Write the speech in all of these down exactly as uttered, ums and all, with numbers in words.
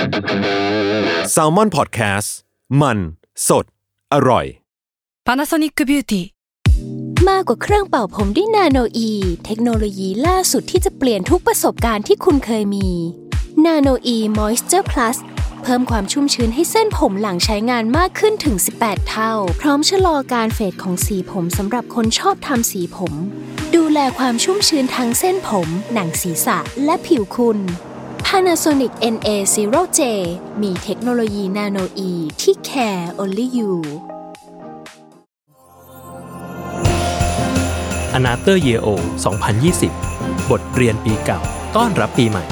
Salmon Podcast มันสดอร่อย Panasonic Beauty มากกว่าเครื่องเป่าผมด้วยนาโนอีเทคโนโลยีล่าสุดที่จะเปลี่ยนทุกประสบการณ์ที่คุณเคยมีนาโนอี Moisture Plus เพิ่มความชุ่มชื้นให้เส้นผมหลังใช้งานมากขึ้นถึงสิบแปดเท่าพร้อมชะลอการเฟดของสีผมสำหรับคนชอบทำสีผมดูแลความชุ่มชื้นทั้งเส้นผมหนังศีรษะและผิวคุณ Panasonic เอ็น เอ ศูนย์ เจ มีเทคโนโลยีนาโนอีที่ care only you Another Year O สองพันยี่สิบ บทเรียนปีเก่าต้อนรับปีใหม่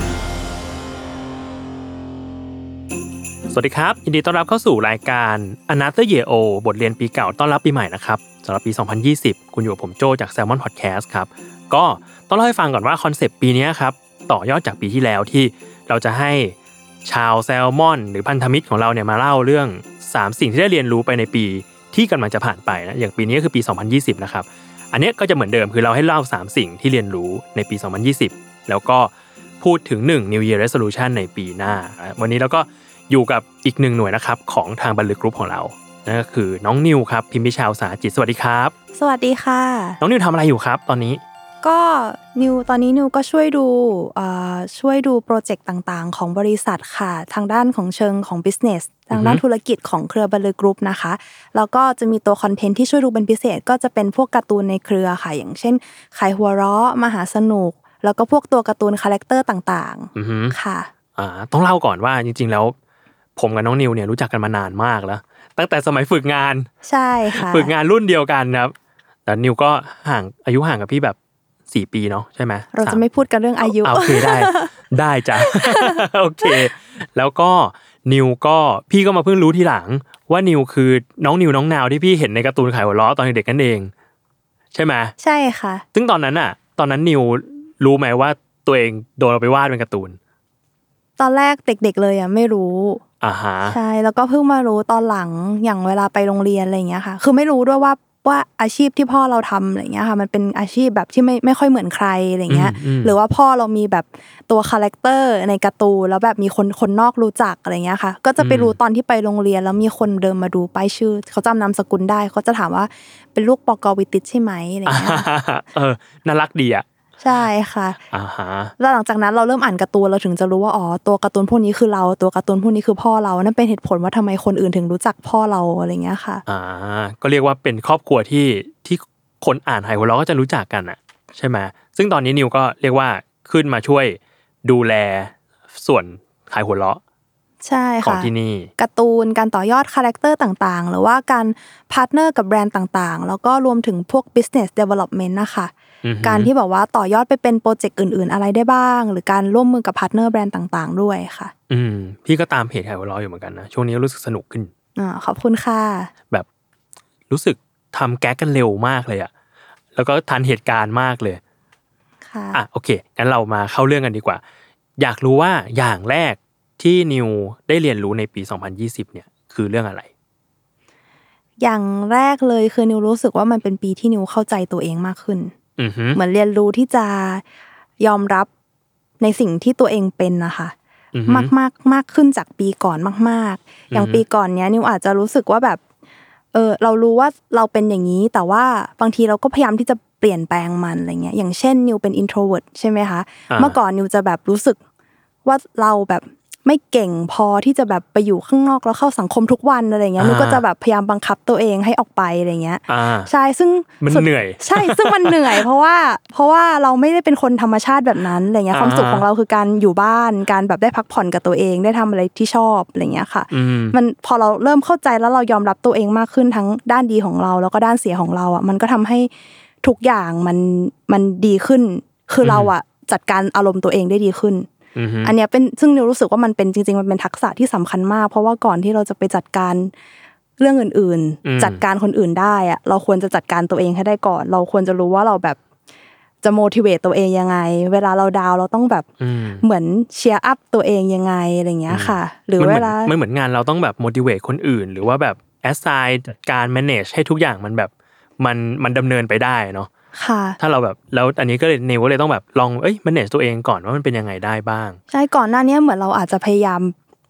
สวัสดีครับยินดีต้อนรับเข้าสู่รายการ Another Year O บทเรียนปีเก่าต้อนรับปีใหม่นะครับสำหรับปีสองพันยี่สิบคุณอยู่กับผมโจจาก Salmon Podcast ครับก็ต้องเล่าให้ฟังก่อนว่าคอนเซปต์ปีนี้ครับต่อยอดจากปีที่แล้วที่เราจะให้ชาวแซลมอนหรือพันธมิตรของเราเนี่ยมาเล่าเรื่องสามสิ่งที่ได้เรียนรู้ไปในปีที่กำลังจะผ่านไปนะอย่างปีนี้ก็คือปีสองพันยี่สิบนะครับอันนี้ก็จะเหมือนเดิมคือเราให้เล่าสามสิ่งที่เรียนรู้ในปีสองพันยี่สิบแล้วก็พูดถึงหนึ่ง New Year Resolution ในปีหน้าวันนี้เราก็อยู่กับอีกหนึ่งหน่วยนะครับของทางบรรลึกกรุ๊ปของเรานั่นก็คือน้องนิวครับพิมพิชาวสาจิตสวัสดีครับสวัสดีค่ะน้องนิวทำอะไรอยู่ครับตอนนี้ก็นิวตอนนี้นิวก็ช่วยดูเอ่อช่วยดูโปรเจกต์ต่างๆของบริษัทค่ะทางด้านของเชิงของ business ทางด้านธุรกิจของเครือบรรลึกกรุ๊ปนะคะแล้วก็จะมีตัวคอนเทนต์ที่ช่วยดูเป็นพิเศษก็จะเป็นพวกการ์ตูนในเครือค่ะอย่างเช่นขายหัวเราะมหาสนุกแล้วก็พวกตัวการ์ตูนคาแรคเตอร์ต่างๆค่ะอ่าต้องเล่าก่อนว่าจริงๆแล้วผมกับน้องนิวเนี่ยรู้จักกันมานานมากแล้วตั้งแต่สมัยฝึกงานใช่ค่ะฝึกงานรุ่นเดียวกันครับแต่นิวก็ห่างอายุห่างกับพี่แบบสี่ปีเนาะใช่ไหมเราจะไม่พูดกันเรื่องอายุโอเคได้ได้จ้ะ โอเคแล้วก็นิวก็พี่ก็มาเพิ่งรู้ทีหลังว่านิวคือน้องนิวน้องนาวที่พี่เห็นในการ์ตูนขายหัวเราะตอนเด็กๆนั่นเองใช่ไหมใช่ค่ะซึ่งตอนนั้นอ่ะตอนนั้นนิวรู้ไหมว่าตัวเองโดนเอาไปวาดเป็นการ์ตูนตอนแรกเด็กๆเลยอ่ะไม่รู้อ่าฮะใช่แล้วก็เพิ่งมารู้ตอนหลังอย่างเวลาไปโรงเรียนอะไรอย่างเงี้ยค่ะคือไม่รู้ด้วยว่าว่าอาชีพที่พ่อเราทำอะไรเงี้ยค่ะมันเป็นอาชีพแบบที่ไม่ไม่ค่อยเหมือนใครอะไรเงี้ยหรือว่าพ่อเรามีแบบตัวคาแรคเตอร์ในการ์ตูนแล้วแบบมีคนคนนอกรู้จักอะไรเงี้ยค่ะก็จะไปรู้ตอนที่ไปโรงเรียนแล้วมีคนเดินมาดูป้ายชื่อเขาจำนามสกุลได้เขาจะถามว่าเป็นลูกปกวิติตใช่ไหมอะไรเงี้ยเออน่ารักดีอ่ะใช่ค่ะอ่าฮะแล้วหลังจากนั้นเราเริ่มอ่านการ์ตูนเราถึงจะรู้ว่าอ๋อตัวการ์ตูนพวกนี้คือเราตัวการ์ตูนพวกนี้คือพ่อเรานั่นเป็นเหตุผลว่าทำไมคนอื่นถึงรู้จักพ่อเราอะไรเงี้ยค่ะอ่าก็เรียกว่าเป็นครอบครัวที่ที่คนอ่านหายหัวเราะก็จะรู้จักกันอ่ะใช่ไหมซึ่งตอนนี้นิวก็เรียกว่าขึ้นมาช่วยดูแลส่วนขายหัวเราะใช่ค่ะของที่นี่การ์ตูนการต่อยอดคาแรคเตอร์ต่างๆหรือว่าการพาร์ทเนอร์กับแบรนด์ต่างๆแล้วก็รวมถึงพวก business development นะคะการที่แบบว่าต่อยอดไปเป็นโปรเจกต์อื่นๆอะไรได้บ้างหรือการร่วมมือกับพาร์ทเนอร์แบรนด์ต่างๆด้วยค่ะอืมพี่ก็ตามเพจขายหัวเราะอยู่เหมือนกันนะช่วงนี้รู้สึกสนุกขึ้นอ่าขอบคุณค่ะแบบรู้สึกทำแก๊กกันเร็วมากเลยอะแล้วก็ทันเหตุการณ์มากเลยค่ะอ่ะโอเคงั้นเรามาเข้าเรื่องกันดีกว่าอยากรู้ว่าอย่างแรกที่นิวได้เรียนรู้ในปีสองพันยี่สิบเนี่ยคือเรื่องอะไรอย่างแรกเลยคือนิวรู้สึกว่ามันเป็นปีที่นิวเข้าใจตัวเองมากขึ้นเหมือนเรียนรู้ที่จะยอมรับในสิ่งที่ตัวเองเป็นนะคะมากมากมากขึ้นจากปีก่อนมากๆอย่างปีก่อนเนี้ยนิวอาจจะรู้สึกว่าแบบเออเรารู้ว่าเราเป็นอย่างนี้แต่ว่าบางทีเราก็พยายามที่จะเปลี่ยนแปลงมันอะไรเงี้ยอย่างเช่นนิวเป็น introvert ใช่ไหมคะเมื่อก่อนนิวจะแบบรู้สึกว่าเราแบบไม่เก่งพอที่จะแบบไปอยู่ข้างนอกแล้วเข้าสังคมทุกวันอะไรเงี้ยนิวก็จะแบบพยายามบังคับตัวเองให้ออกไปอะไรเงี้ยใช่ซึ่งมันเหนื่อยใช่ซึ่งมันเหนื่อยเพราะว่าเพราะว่าเราไม่ได้เป็นคนธรรมชาติแบบนั้นอะไรเงี้ยความสุขของเราคือการอยู่บ้านการแบบได้พักผ่อนกับตัวเองได้ทำอะไรที่ชอบอะไรเงี้ยค่ะมันพอเราเริ่มเข้าใจแล้วเรายอมรับตัวเองมากขึ้นทั้งด้านดีของเราแล้วก็ด้านเสียของเราอ่ะมันก็ทำให้ทุกอย่างมันมันดีขึ้นคือเราอ่ะจัดการอารมณ์ตัวเองได้ดีขึ้นอันเนี้ยเป็นซึ่งนิวรู้สึกว่ามันเป็นจริงๆมันเป็นทักษะที่สำคัญมากเพราะว่าก่อนที่เราจะไปจัดการเรื่องอื่นๆจัดการคนอื่นได้อะเราควรจะจัดการตัวเองให้ได้ก่อนเราควรจะรู้ว่าเราแบบจะ motivate ตัวเองยังไงเวลาเราดาวเราต้องแบบเหมือนเชียร์อัพตัวเองยังไงอะไรเงี้ยค่ะหรือเวลาไม่เหมือนงานเราต้องแบบ motivate คนอื่นหรือว่าแบบ assign จัดการ manage ให้ทุกอย่างมันแบบมันมันดำเนินไปได้เนาะค่ะถ้าเราแบบแล้วอันนี้ก็เลยนิวก็เลยต้องแบบลองเอ้ย manage ตัวเองก่อนว่ามันเป็นยังไงได้บ้างใช่ก่อนหน้านี้เหมือนเราอาจจะพยายาม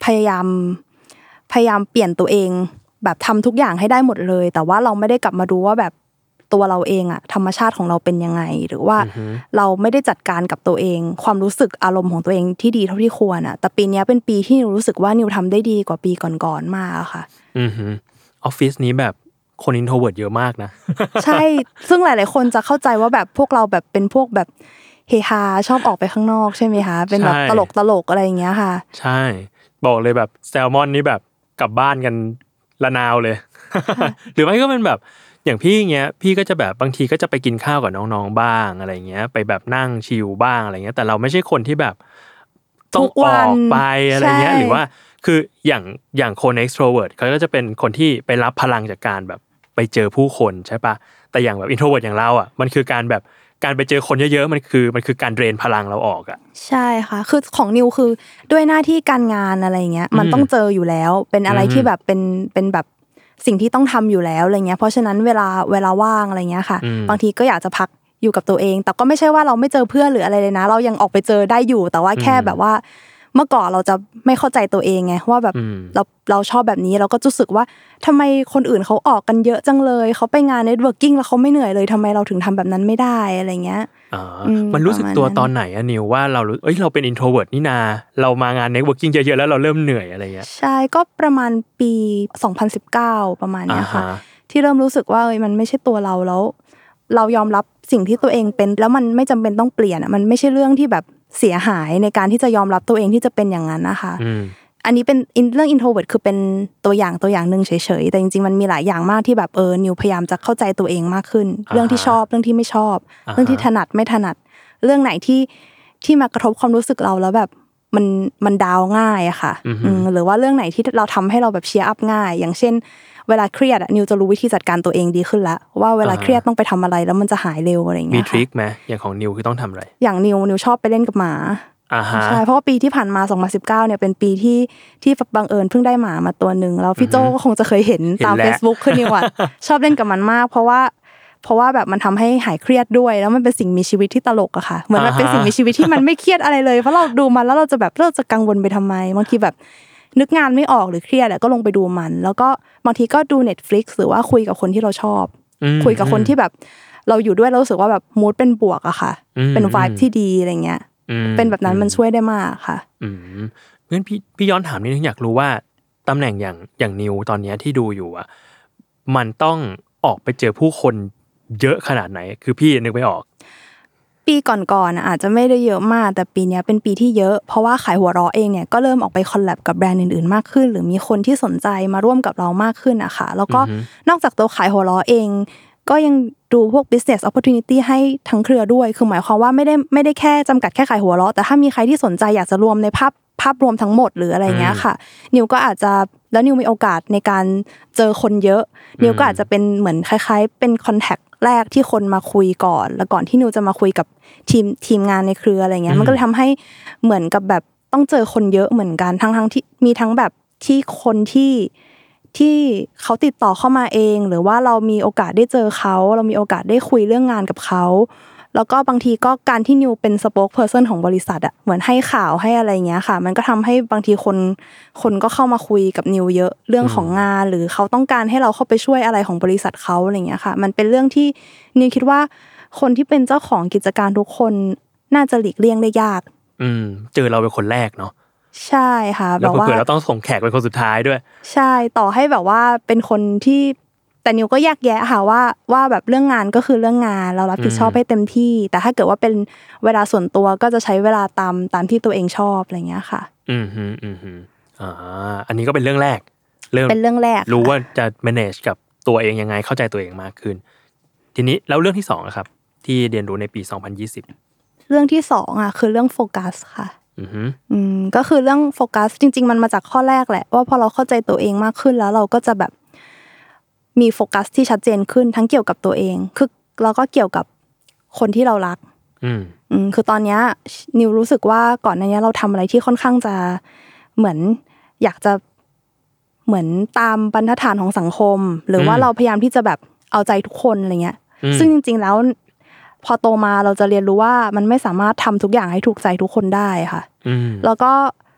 พยายามพยายามเปลี่ยนตัวเองแบบทำทุกอย่างให้ได้หมดเลยแต่ว่าเราไม่ได้กลับมาดูว่าแบบตัวเราเองอะธรรมชาติของเราเป็นยังไงหรือว่าเราไม่ได้จัดการกับตัวเองความรู้สึกอารมณ์ของตัวเองที่ดีเท่าที่ควรอะแต่ปีนี้เป็นปีที่นิวรู้สึกว่านิวทำได้ดีกว่าปีก่อนๆมากค่ะอือฮึออฟฟิศนี้แบบคนอินโทรเวิร์ตเยอะมากนะใช่ซึ่งหลายๆคนจะเข้าใจว่าแบบพวกเราแบบเป็นพวกแบบเฮฮาชอบออกไปข้างนอกใช่ไหมคะเป็นแบบตลกตลกอะไรอย่างเงี้ยค่ะใช่บอกเลยแบบแซลมอนนี่แบบกลับบ้านกันละนาวเลย หรือไม่ก็เป็นแบบอย่างพี่เงี้ยพี่ก็จะแบบบางทีก็จะไปกินข้าวกับน้องๆบ้างอะไรเงี้ยไปแบบนั่งชิลบ้างอะไรเงี้ยแต่เราไม่ใช่คนที่แบบต้องออกไปอะไรเงี้ยหรือว่าคืออย่างอย่างคน extrovert เขาก็จะเป็นคนที่ไปรับพลังจากการแบบไปเจอผู้คนใช่ปะแต่อย่างแบบ introvert อย่างเราอ่ะมันคือการแบบการไปเจอคนเยอะๆมันคือมันคือการเดรนพลังเราออกอ่ะใช่ค่ะคือของนิวคือด้วยหน้าที่การงานอะไรเงี้ยมันต้องเจออยู่แล้วเป็นอะไรที่แบบเป็นเป็นแบบสิ่งที่ต้องทำอยู่แล้วอะไรเงี้ยเพราะฉะนั้นเวลาเวลาว่างอะไรเงี้ยค่ะบางทีก็อยากจะพักอยู่กับตัวเองแต่ก็ไม่ใช่ว่าเราไม่เจอเพื่อนหรืออะไรเลยนะเรายังออกไปเจอได้อยู่แต่ว่าแค่แบบว่าเมื่อก่อนเราจะไม่เข้าใจตัวเองไงว่าแบบเราเราชอบแบบนี้เราก็รู้สึกว่าทำไมคนอื่นเขาออกกันเยอะจังเลยเขาไปงานเน็ตเวิร์กิ่งแล้วเขาไม่เหนื่อยเลยทำไมเราถึงทำแบบนั้นไม่ได้อะไรเงี้ยอ๋อมันรู้สึกตัวตอนไหนอะนิวว่าเราเอ้ยเราเป็น introvert นี่นาเรามางาน networking เยอะๆแล้วเราเริ่มเหนื่อยอะไรเงี้ยใช่ก็ประมาณปีสองพันสิบเก้าประมาณเนี้ยค่ะที่เริ่มรู้สึกว่าเอ้ยมันไม่ใช่ตัวเราแล้วเรายอมรับสิ่งที่ตัวเองเป็นแล้วมันไม่จำเป็นต้องเปลี่ยนอ่ะมันไม่ใช่เรื่องที่แบบเสียหายในการที่จะยอมรับตัวเองที่จะเป็นอย่างนั้นนะคะอันนี้เป็นเรื่อง introvert คือเป็นตัวอย่างตัวอย่างนึงเฉยๆแต่จริงๆมันมีหลายอย่างมากที่แบบเออนิวพยายามจะเข้าใจตัวเองมากขึ้นเรื่องที่ชอบเรื่องที่ไม่ชอบเรื่องที่ถนัดไม่ถนัดเรื่องไหนที่ที่มากระทบความรู้สึกเราแล้วแบบมันมันดาวง่ายอะค่ะหรือว่าเรื่องไหนที่เราทำให้เราแบบเชียร์อัพง่ายอย่างเช่นเวลาเครียดอะนิวจะรู้วิธีจัดการตัวเองดีขึ้นละว่าเวลาเครียดต้องไปทำอะไรแล้วมันจะหายเร็วอะไรอย่างเงี้ยมีทริคไหมอย่างของนิวคือต้องทำอะไรอย่างนิวนิวชอบไปเล่นกับหมาใช่เพราะว่าปีที่ผ่านมาสองพันสิบเก้าเนี่ยเป็นปีที่ที่บังเอิญเพิ่งได้หมามาตัวนึงแล้วพี่โจก็คงจะเคยเห็นตาม Facebook คือนิวอะชอบเล่นกับมันมากเพราะว่าเพราะว่าแบบมันทำให้หายเครียดด้วยแล้วมันเป็นสิ่งมีชีวิตที่ตลกอะค่ะเหมือนมันเป็นสิ่งมีชีวิตที่มันไม่เครียดอะไรเลยเพราะเราดูมันแล้วเราจะแบบเราจะกังวลไปทำไมบางทีแบบนึกงานไม่ออกหรือเครียดก็ลงไปดูมันแล้วก็บางทีก็ดู Netflix หรือว่าคุยกับคนที่เราชอบคุยกับคนที่แบบเราอยู่ด้วยเรารู้สึกว่าแบบมูดเป็นบวกอะค่ะเป็นไวบ์ที่ดีอะไรเงี้ยเป็นแบบนั้นมันช่วยได้มากค่ะอืมงั้นพี่พี่ย้อนถามนิดนึงอยากรู้ว่าตำแหน่งอย่างอย่างนิวตอนนี้ที่ดูอยู่อ่ะมันต้องออกไปเจอผู้คนเยอะขนาดไหนคือพี่นึกไม่ออกปีก่อนๆอาจจะไม่ได้เยอะมากแต่ปีนี้เป็นปีที่เยอะเพราะว่าขายหัวเราะเองเนี่ยก็เริ่มออกไปคอลแลบกับแบรนด์อื่นๆมากขึ้นหรือมีคนที่สนใจมาร่วมกับเรามากขึ้นอะค่ะแล้วก็นอกจากตัวขายหัวเราะเองก็ยังดูพวก business opportunity ให้ทั้งเครือด้วยคือหมายความว่าไม่ได้ไม่ได้แค่จำกัดแค่ขายหัวเราะแต่ถ้ามีใครที่สนใจอยากจะรวมในภาพภาพรวมทั้งหมดหรืออะไรเงี้ยค่ะนิวก็อาจจะแล้วนิวมีโอกาสในการเจอคนเยอะนิวก็อาจจะเป็นเหมือนคล้ายๆเป็นคอนแทคแรกที่คนมาคุยก่อนแล้วก่อนที่นิวจะมาคุยกับทีมทีมงานในเครืออะไรเงี้ยมันก็เลยทำให้เหมือนกับแบบต้องเจอคนเยอะเหมือนกันทั้งๆที่มีทั้งแบบที่คนที่ที่เขาติดต่อเข้ามาเองหรือว่าเรามีโอกาสได้เจอเขาเรามีโอกาสได้คุยเรื่องงานกับเขาแล้วก็บางทีก็การที่นิวเป็นสโปคเพอร์ซันของบริษัทอ่ะเหมือนให้ข่าวให้อะไรเงี้ยค่ะมันก็ทำให้บางทีคนคนก็เข้ามาคุยกับนิวเยอะเรื่องของงานหรือเขาต้องการให้เราเข้าไปช่วยอะไรของบริษัทเขาอะไรเงี้ยค่ะมันเป็นเรื่องที่นิวคิดว่าคนที่เป็นเจ้าของกิจการทุกคนน่าจะหลีกเลี่ยงได้ยากอืมเจอเราเป็นคนแรกเนาะใช่ค่ะแบบว่าเผื่อเราต้องส่งแขกเป็นคนสุดท้ายด้วยใช่ต่อให้แบบว่าเป็นคนที่แต่นิวก็แยกแยะค่ะว่าว่าแบบเรื่องงานก็คือเรื่องงานเรารับผิดชอบให้เต็มที่แต่ถ้าเกิดว่าเป็นเวลาส่วนตัวก็จะใช้เวลาตามตามที่ตัวเองชอบอะไรเงี้ยค่ะอืมฮึอืมฮึอ่าอันนี้ก็เป็นเรื่องแรกเริ่มเป็นเรื่องแรกรู้ว่าจะ manage กับตัวเองยังไงเข้าใจตัวเองมากขึ้นทีนี้แล้วเรื่องที่สองนะครับที่เรียนรู้ในปีสองพันยี่สิบเรื่องที่สองอ่ะคือเรื่องโฟกัสค่ะอือฮึอืมก็คือเรื่องโฟกัสจริงๆมันมาจากข้อแรกแหละว่าพอเราเข้าใจตัวเองมากขึ้นแล้วเราก็จะแบบมีโฟกัสที่ชัดเจนขึ้นทั้งเกี่ยวกับตัวเองคือแล้วก็เกี่ยวกับคนที่เรารักอืมอืมคือตอนเนี้ยนิวรู้สึกว่าก่อนหน้านี้เราทำอะไรที่ค่อนข้างจะเหมือนอยากจะเหมือนตามบรรทัดฐานของสังคมหรือว่าเราพยายามที่จะแบบเอาใจทุกคนอะไรเงี้ยซึ่งจริงๆแล้วพอโตมาเราจะเรียนรู้ว่ามันไม่สามารถทำทุกอย่างให้ถูกใจทุกคนได้ค่ะแล้วก็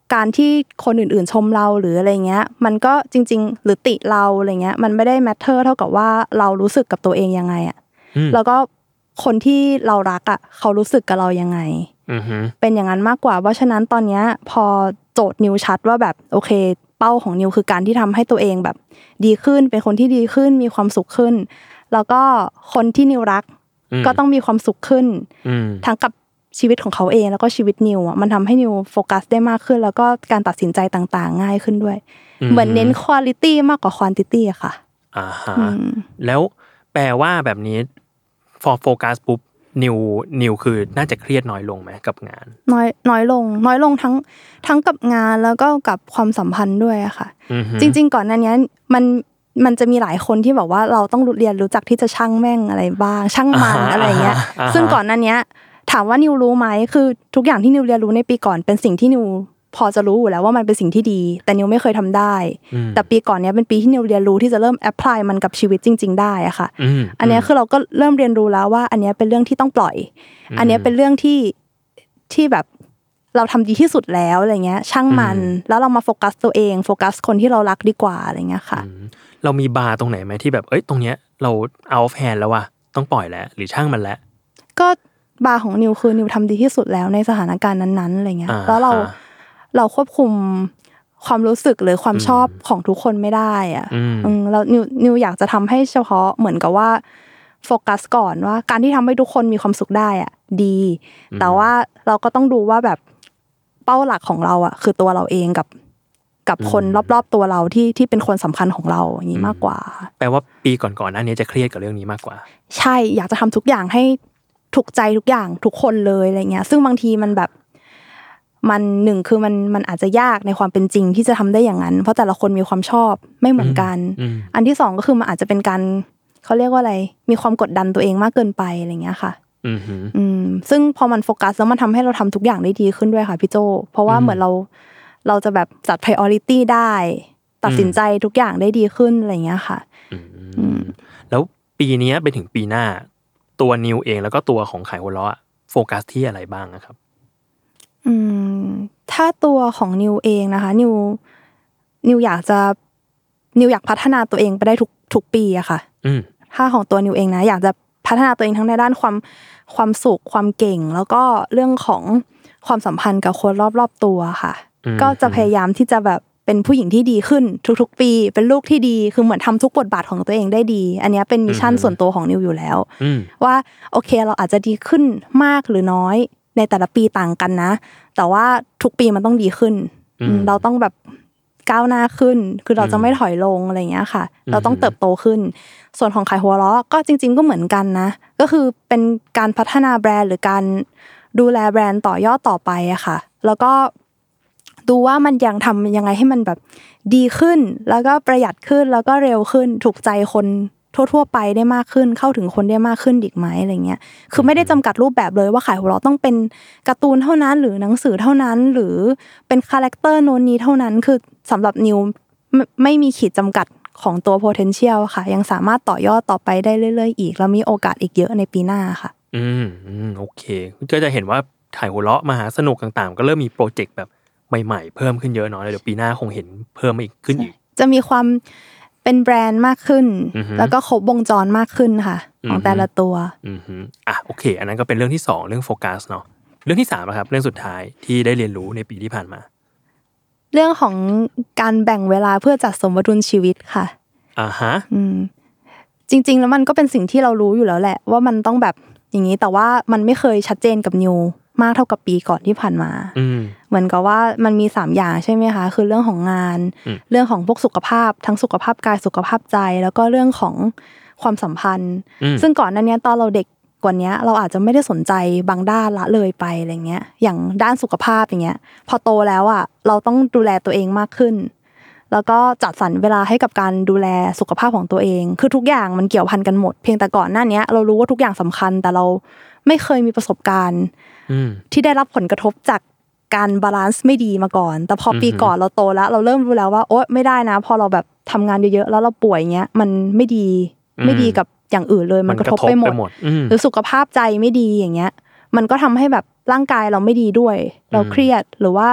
การที่คนอื่นๆชมเราหรืออะไรเงี้ยมันก็จริงๆหรือติเราอะไรเงี้ยมันไม่ได้แมทเทอร์เท่ากับว่าเรารู้สึกกับตัวเองยังไงอ่ะแล้วก็คนที่เรารักอ่ะเขารู้สึกกับเรายังไงเป็นอย่างนั้นมากกว่าเพราะฉะนั้นตอนเนี้ยพอโจทย์นิวชัดว่าแบบโอเคเป้าของนิวคือการที่ทำให้ตัวเองแบบดีขึ้นเป็นคนที่ดีขึ้นมีความสุขขึ้นแล้วก็คนที่นิวรักก็ต้องมีความสุขขึ้นทั้งกับชีวิตของเขาเองแล้วก็ชีวิตนิวอ่ะมันทำให้นิวโฟกัสได้มากขึ้นแล้วก็การตัดสินใจต่างๆง่ายขึ้นด้วยเหมือนเน้นควอลิตี้มากกว่าควอนติตี้อะค่ะอ่าฮะแล้วแปลว่าแบบนี้ for focus ปุ๊บนิวนิวคือน่าจะเครียดน้อยลงไหมกับงานน้อยน้อยลงน้อยลงทั้งทั้งกับงานแล้วก็กับความสัมพันธ์ด้วยอะค่ะจริงๆก่อนหน้านี้มันมันจะมีหลายคนที่บอกว่าเราต้องเรียนรู้จักที่จะชั่งแม่งอะไรบ้างชั่งมันอะไรเงี้ยซึ่งก่อนหน้านี้ถามว่านิวรู้ไหมคือทุกอย่างที่นิวเรียนรู้ในปีก่อนเป็นสิ่งที่นิวพอจะรู้อยู่แล้วว่ามันเป็นสิ่งที่ดีแต่นิวไม่เคยทำได้แต่ปีก่อนเนี้ยเป็นปีที่นิวเรียนรู้ที่จะเริ่มแอพพลายมันกับชีวิตจริงๆได้อะค่ะอันนี้คือเราก็เริ่มเรียนรู้แล้วว่าอันนี้เป็นเรื่องที่ต้องปล่อยอันนี้เป็นเรื่องที่ที่แบบเราทำดีที่สุดแล้วอะไรเงี้ยช่างมันแล้วเรามาโฟกัสตัวเองโฟกัสคนที่เรารักดีกว่าอะไรเงี้ยค่ะเรามีบาร์ตรงไหนไหมที่แบบเอ้ยตรงเนี้ยเราเอาออฟแฮนด์แล้วว่ะต้องปล่อยแล้วหรือช่างมันแล้วก็บาร์ของนิวคือนิวทำดีที่สุดแล้วในสถานการณ์นั้นๆอะไรเงี้ยแล้วเราเราควบคุมความรู้สึกหรือความชอบของทุกคนไม่ได้อ่ะอืมแล้วนิวนิวอยากจะทำให้เฉพาะเหมือนกับว่าโฟกัสก่อนว่าการที่ทำให้ทุกคนมีความสุขได้อ่ะดีแต่ว่าเราก็ต้องดูว่าแบบเป้าหลักของเราอ่ะคือตัวเราเองกับกับคนรอบๆตัวเราที่ที่เป็นคนสำคัญของเราอย่างนี้มากกว่าแปลว่าปีก่อนๆอันนี้จะเครียดกับเรื่องนี้มากกว่าใช่อยากจะทำทุกอย่างให้ถูกใจทุกอย่างทุกคนเลยอะไรเงี้ยซึ่งบางทีมันแบบมันหนึ่งคือมันมันอาจจะยากในความเป็นจริงที่จะทำได้อย่างนั้นเพราะแต่ละคนมีความชอบไม่เหมือนกันอันที่สองก็คือมันอาจจะเป็นการเขาเรียกว่าอะไรมีความกดดันตัวเองมากเกินไปอะไรเงี้ยค่ะอืมซึ่งพอมันโฟกัสแล้วมันทำให้เราทำทุกอย่างได้ดีขึ้นด้วยค่ะพี่โจเพราะว่าเหมือนเราเราจะแบบจัด priority ได้ตัดสินใจทุกอย่างได้ดีขึ้นอะไรเงี้ยค่ะแล้วปีนี้ไปถึงปีหน้าตัวนิวเองแล้วก็ตัวของขายหัวเราะโฟกัสที่อะไรบ้างนะครับอืมถ้าตัวของนิวเองนะคะนิวนิวอยากจะนิวอยากพัฒนาตัวเองไปได้ทุกทุกปีอะค่ะถ้าของตัวนิวเองนะอยากจะพัฒนาตัวเองทั้งในด้านความความสุขความเก่งแล้วก็เรื่องของความสัมพันธ์กับคนรอบๆตัวค่ะก็จะพยายามที่จะแบบเป็นผู้หญิงที่ดีขึ้นทุกๆปีเป็นลูกที่ดีคือเหมือนทำทุกบทบาทของตัวเองได้ดีอันนี้เป็นมิชชั่นส่วนตัวของนิวอยู่แล้วว่าโอเคเราอาจจะดีขึ้นมากหรือน้อยในแต่ละปีต่างกันนะแต่ว่าทุกปีมันต้องดีขึ้นเราต้องแบบก้าวหน้าขึ้นคือเราจะไม่ถอยลงอะไรอย่างเงี้ยค่ะเราต้องเติบโตขึ้นส่วนของขายหัวเราะก็จริงๆก็เหมือนกันนะก็คือเป็นการพัฒนาแบรนด์หรือการดูแลแบรนด์ต่อยอดต่อไปอะค่ะแล้วก็ดูว่ามันยังทำยังไงให้มันแบบดีขึ้นแล้วก็ประหยัดขึ้นแล้วก็เร็วขึ้นถูกใจคนทั่วๆไปได้มากขึ้นเข้าถึงคนได้มากขึ้นอีกไหมอะไรเงี้ยคือไม่ได้จำกัดรูปแบบเลยว่าขายหัวเราะต้องเป็นการ์ตูนเท่านั้นหรือหนังสือเท่านั้นหรือเป็นคาแรคเตอร์โน้นนี้เท่านั้นคือสำหรับนิวไม่มีขีดจำกัดของตัว potential ค่ะยังสามารถต่อยอดต่อไปได้เรื่อยๆอีกแล้วมีโอกาสอีกเยอะในปีหน้าค่ะอืมอืมโอเคก็จะเห็นว่าขายหัวเราะมหาสนุกต่างๆก็เริ่มมีโปรเจกต์แบบใหม่ๆเพิ่มขึ้นเยอะเนาะเดี๋ยวปีหน้าคงเห็นเพิ่มอีกขึ้นอีกจะมีความเป็นแบรนด์มากขึ้นแล้วก็ครบวงจรมากขึ้นค่ะของแต่ละตัวอือฮึอ่ะโอเคอันนั้นก็เป็นเรื่องที่สองเรื่องโฟกัสเนาะเรื่องที่สามนะครับเรื่องสุดท้ายที่ได้เรียนรู้ในปีที่ผ่านมาเรื่องของการแบ่งเวลาเพื่อจัดสมดุลชีวิตค่ะอ่าฮะอืมจริงๆแล้วมันก็เป็นสิ่งที่เรารู้อยู่แล้วแหละว่ามันต้องแบบอย่างนี้แต่ว่ามันไม่เคยชัดเจนกับนิวมากเท่ากับปีก่อนที่ผ่านมาเหมือนกับว่ามันมีสามอย่างใช่ไหมคะคือเรื่องของงานเรื่องของพวกสุขภาพทั้งสุขภาพกายสุขภาพใจแล้วก็เรื่องของความสัมพันธ์ซึ่งก่อนหน้านี้ตอนเราเด็กกว่านี้เราอาจจะไม่ได้สนใจบางด้านละเลยไปอะไรเงี้ยอย่างด้านสุขภาพอย่างเงี้ยพอโตแล้วอ่ะเราต้องดูแลตัวเองมากขึ้นแล้วก็จัดสรรเวลาให้กับการดูแลสุขภาพของตัวเองคือทุกอย่างมันเกี่ยวพันกันหมดเพียงแต่ก่อนหน้านี้เรารู้ว่าทุกอย่างสำคัญแต่เราไม่เคยมีประสบการณ์ที่ได้รับผลกระทบจากการบาลานซ์ไม่ดีมาก่อนแต่พอปีก่อนเราโตแล้วเราเริ่มรู้แล้วว่าโอ๊ยไม่ได้นะพอเราแบบทำงานเยอะๆแล้วเราป่วยเงี้ยมันไม่ดีไม่ดีกับอย่างอื่นเลยมันกระทบไปหมดหรือสุขภาพใจไม่ดีอย่างเงี้ยมันก็ทำให้แบบร่างกายเราไม่ดีด้วยเราเครียดหรือว่า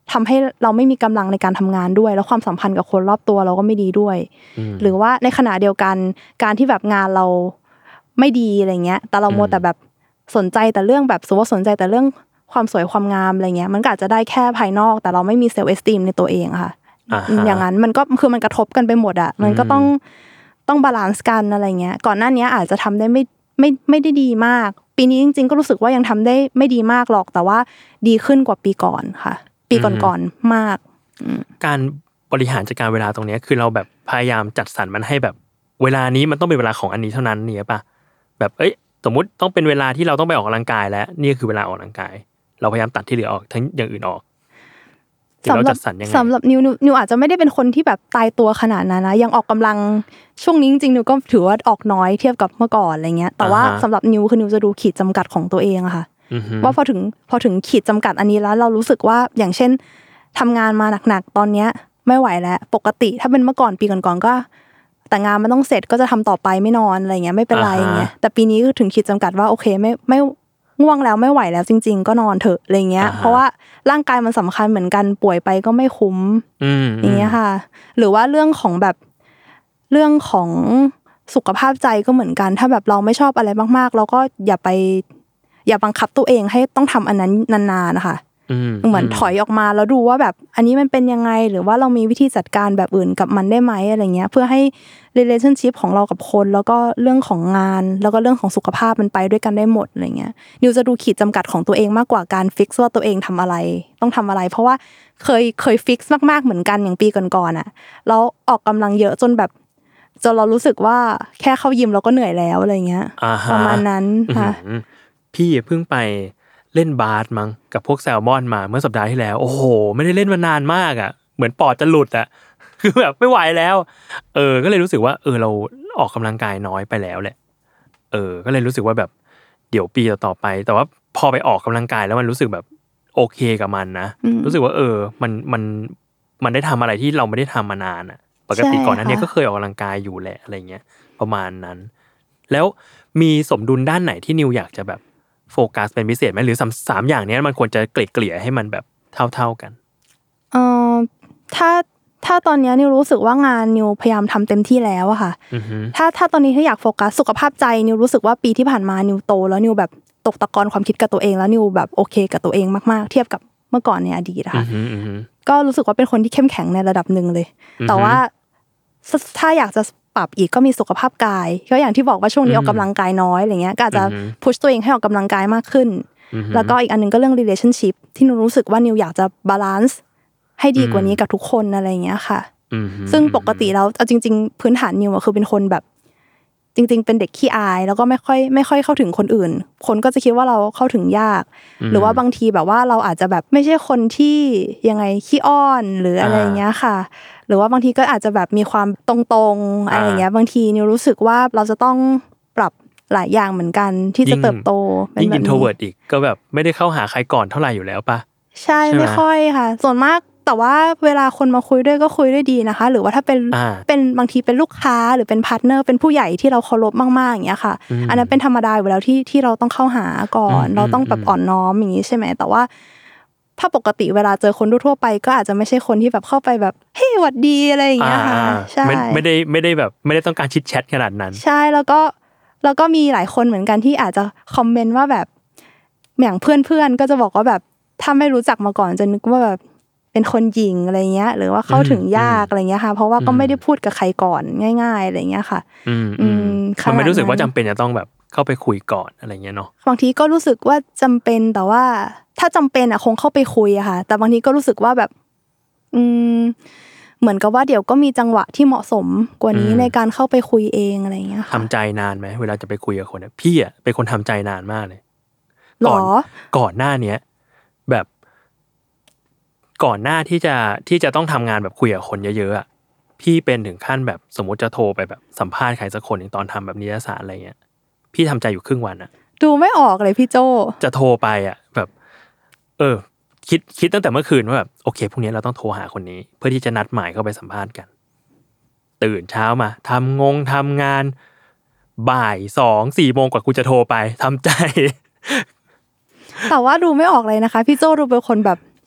ทำให้เราไม่มีกำลังในการทำงานด้วยแล้วความสัมพันธ์กับคนรอบตัวเราก็ไม่ดีด้วยหรือว่าในขณะเดียวกันการที่แบบงานเราไม่ดีอะไรเงี้ยแต่เราโมแต่แบบสนใจแต่เรื่องแบบสมมติสนใจแต่เรื่องความสวยความงามอะไรเงี้ยมันก็อาจจะได้แค่ภายนอกแต่เราไม่มีเซลฟ์เอสติมในตัวเองค่ะอย่างนั้นมันก็คือมันกระทบกันไปหมดอ่ะมันก็ต้องต้องบาลานซ์กันอะไรเงี้ยก่อนหน้านี้อาจจะทำได้ไม่ไม่ไม่ได้ดีมากปีนี้จริงๆก็รู้สึกว่ายังทำได้ไม่ดีมากหรอกแต่ว่าดีขึ้นกว่าปีก่อนค่ะปีก่อนๆมากการบริหารจัดการเวลาตรงนี้คือเราแบบพยายามจัดสรรมันให้แบบเวลานี้มันต้องเป็นเวลาของอันนี้เท่านั้นเนี่ยป่ะแบบเอ้ยสมมุติต้องเป็นเวลาที่เราต้องไปออกกำลังกายแล้วนี่คือเวลาออกกำลังกายเราพยายามตัดที่เหลือออกทั้งอย่างอื่นออกสำหรับสำหรับนิวนิวอาจจะไม่ได้เป็นคนที่แบบตายตัวขนาดนั้นนะยังออกกำลังช่วงนี้จริงๆนิวก็ถือว่าออกน้อยเทียบกับเมื่อก่อนอะไรเงี้ยแต่ว่าสำหรับนิวคือนิวจะดูขีดจำกัดของตัวเองอะค่ะว่าพอถึงพอถึงขีดจำกัดอันนี้แล้วเรารู้สึกว่าอย่างเช่นทำงานมาหนักๆตอนเนี้ยไม่ไหวแล้วปกติถ้าเป็นเมื่อก่อนปีก่อนๆก็แต่งานมันต้องเสร็จก็จะทำต่อไปไม่นอนอะไรเงี้ยไม่เป็นไรอย่างเงี้ยแต่ปีนี้คือถึงขีดจำกัดว่าโอเคไม่ไม่ง่วงแล้วไม่ไหวแล้วจริงๆก็นอนเถอะอะไรเงี้ยเพราะว่าร่างกายมันสำคัญเหมือนกันป่วยไปก็ไม่คุ้มอย่างเงี้ยค่ะหรือว่าเรื่องของแบบเรื่องของสุขภาพใจก็เหมือนกันถ้าแบบเราไม่ชอบอะไรมากๆเราก็อย่าไปอย่าบังคับตัวเองให้ต้องทำอันนั้นนานๆนะคะเหมือนถอยออกมาแล้วดูว่าแบบอันนี้มันเป็นยังไงหรือว่าเรามีวิธีจัดการแบบอื่นกับมันได้ไหมอะไรเงี้ยเพื่อให้ relationship ของเรากับคนแล้วก็เรื่องของงานแล้วก็เรื่องของสุขภาพมันไปด้วยกันได้หมดอะไรเงี้ยนิวจะดูขีดจำกัดของตัวเองมากกว่าการฟิกซ์ว่าตัวเองทำอะไรต้องทำอะไรเพราะว่าเคยเคยฟิกซ์มากๆเหมือนกันอย่างปีก่อนๆอ่ะแล้วออกกำลังเยอะจนแบบจนเรารู้สึกว่าแค่เข้ายิมเราก็เหนื่อยแล้วอะไรเงี้ยประมาณนั้นค่ะพี่เพิ่งไปเล่นบาสมั้งกับพวกแซลมอนมาเมื่อสัปดาห์ที่แล้วโอ้โหไม่ได้เล่นมานานมากอ่ะเหมือนปอดจะหลุดอ่ะคือแบบไม่ไหวแล้วเออก็เลยรู้สึกว่าเออเราออกกำลังกายน้อยไปแล้วแหละเออก็เลยรู้สึกว่าแบบเดี๋ยวปีต่อไปแต่ว่าพอไปออกกำลังกายแล้วมันรู้สึกแบบโอเคกับมันนะรู้สึกว่าเออมันมันมันได้ทำอะไรที่เราไม่ได้ทำมานานอ่ะปกติก่อนนั้นเนี่ยก็เคยออกกำลังกายอยู่แหละอะไรเงี้ยประมาณนั้นแล้วมีสมดุลด้านไหนที่นิวอยากจะแบบโฟกัสเป็นพิเศษไหมหรือสามสามอย่างนี้มันควรจะเกลี่ยๆให้มันแบบเท่าๆกันเอ่อถ้าถ้าตอนนี้นิวรู้สึกว่างานนิวพยายามทำเต็มที่แล้วอะค่ะถ้าถ้าตอนนี้ถ้าอยากโฟกัสสุขภาพใจนิวรู้สึกว่าปีที่ผ่านมานิวโตแล้วนิวแบบตกตะกอนความคิดกับตัวเองแล้วนิวแบบโอเคกับตัวเองมากๆเทียบกับเมื่อก่อนในอดีตค่ะก็รู้สึกว่าเป็นคนที่เข้มแข็งในระดับนึงเลยแต่ว่าถ้าอยากจะปรับอีกก็มีสุขภาพกายก็อย่างที่บอกว่าช่วงนี้ออกกำลังกายน้อยอะไรเงี้ยก็อาจจะพุชตัวเองให้ออกกำลังกายมากขึ้นแล้วก็อีกอันนึงก็เรื่อง relationship ที่นิวรู้สึกว่านิวอยากจะบาลานซ์ให้ดีกว่านี้กับทุกคนอะไรเงี้ยค่ะซึ่งปกติแล้วเอาจริงๆพื้นฐานนิวคือเป็นคนแบบจริงๆเป็นเด็กขี้อายแล้วก็ไม่ค่อยไม่ค่อยเข้าถึงคนอื่นคนก็จะคิดว่าเราเข้าถึงยากหรือว่าบางทีแบบว่าเราอาจจะแบบไม่ใช่คนที่ยังไงขี้อ้อนหรืออะไรเงี้ยค่ะหรือว่าบางทีก็อาจจะแบบมีความตรงๆอะไรเงี้ยบางทีนิวรู้สึกว่าเราจะต้องปรับหลายอย่างเหมือนกันที่จะเติบโตเป็นแบบนี้ยิ่ง introvert อีกก็แบบไม่ได้เข้าหาใครก่อนเท่าไหร่อยู่แล้วป่ะใช่ไม่ค่อยค่ะส่วนมากแต่ว่าเวลาคนมาคุยด้วยก็คุยด้วยดีนะคะหรือว่าถ้าเป็นเป็นบางทีเป็นลูกค้าหรือเป็นพาร์ทเนอร์เป็นผู้ใหญ่ที่เราเคารพมากๆอย่างเงี้ยค่ะอันนั้นเป็นธรรมดาอยู่แล้วที่ที่เราต้องเข้าหาก่อนเราต้องแบบอ่อนน้อมอย่างงี้ใช่ไหมแต่ว่าถ้าปกติเวลาเจอคนทั่วไปก็อาจจะไม่ใช่คนที่แบบเข้าไปแบบเฮ้ยหวัดดีอะไรอย่างเงี้ยค่ะใช่ไม่ได้ไม่ได้แบบไม่ได้ต้องการชิดแชทขนาดนั้นใช่แล้วก็แล้วก็มีหลายคนเหมือนกันที่อาจจะคอมเมนต์ว่าแบบอย่างเพื่อนๆก็จะบอกว่าแบบถ้าไม่รู้จักมาก่อนจะนึกว่าแบบเป็นคนหญิงอะไรเงี้ยหรือว่าเข้าถึงยากอะไรเงี้ยค่ะเพราะว่าก็ไม่ได้พูดกับใครก่อนง่ายๆอะไรเงี้ยค่ะอืมอืมมันไม่รู้สึกว่าจำเป็นจะต้องแบบเข้าไปคุยก่อนอะไรเงี้ยเนาะบางทีก็รู้สึกว่าจำเป็นแต่ว่าถ้าจำเป็นอ่ะคงเข้าไปคุยอะค่ะแต่บางทีก็รู้สึกว่าแบบอืมเหมือนกับว่าเดี๋ยวก็มีจังหวะที่เหมาะสมกว่านี้ในการเข้าไปคุยเองอะไรเงี้ยค่ะทำใจนานไหมเวลาจะไปคุยกับคนเนี่ยพี่อ่ะเป็นคนทำใจนานมากเลยก่อนก่อนหน้าเนี้ยแบบก่อนหน้าที่จะที่จะต้องทำงานแบบคุยกับคนเยอะๆอ่ะพี่เป็นถึงขั้นแบบสมมติจะโทรไปแบบสัมภาษณ์ใครสักคนตอนทำแบบนิตยสารอะไรเงี้ยพี่ทำใจอยู่ครึ่งวันอ่ะดูไม่ออกเลยพี่โจจะโทรไปอ่ะแบบเออคิดคิดตั้งแต่เมื่อคืนว่าแบบโอเคพรุ่งนี้เราต้องโทรหาคนนี้เพื่อที่จะนัดหมายเข้าไปสัมภาษณ์กันตื่นเช้ามาทำงงทำงานบ่ายสองสี่โมงกว่ากูจะโทรไปทำใจแต่ว่าดูไม่ออกเลยนะคะพี่โจดูเป็นคนแบบ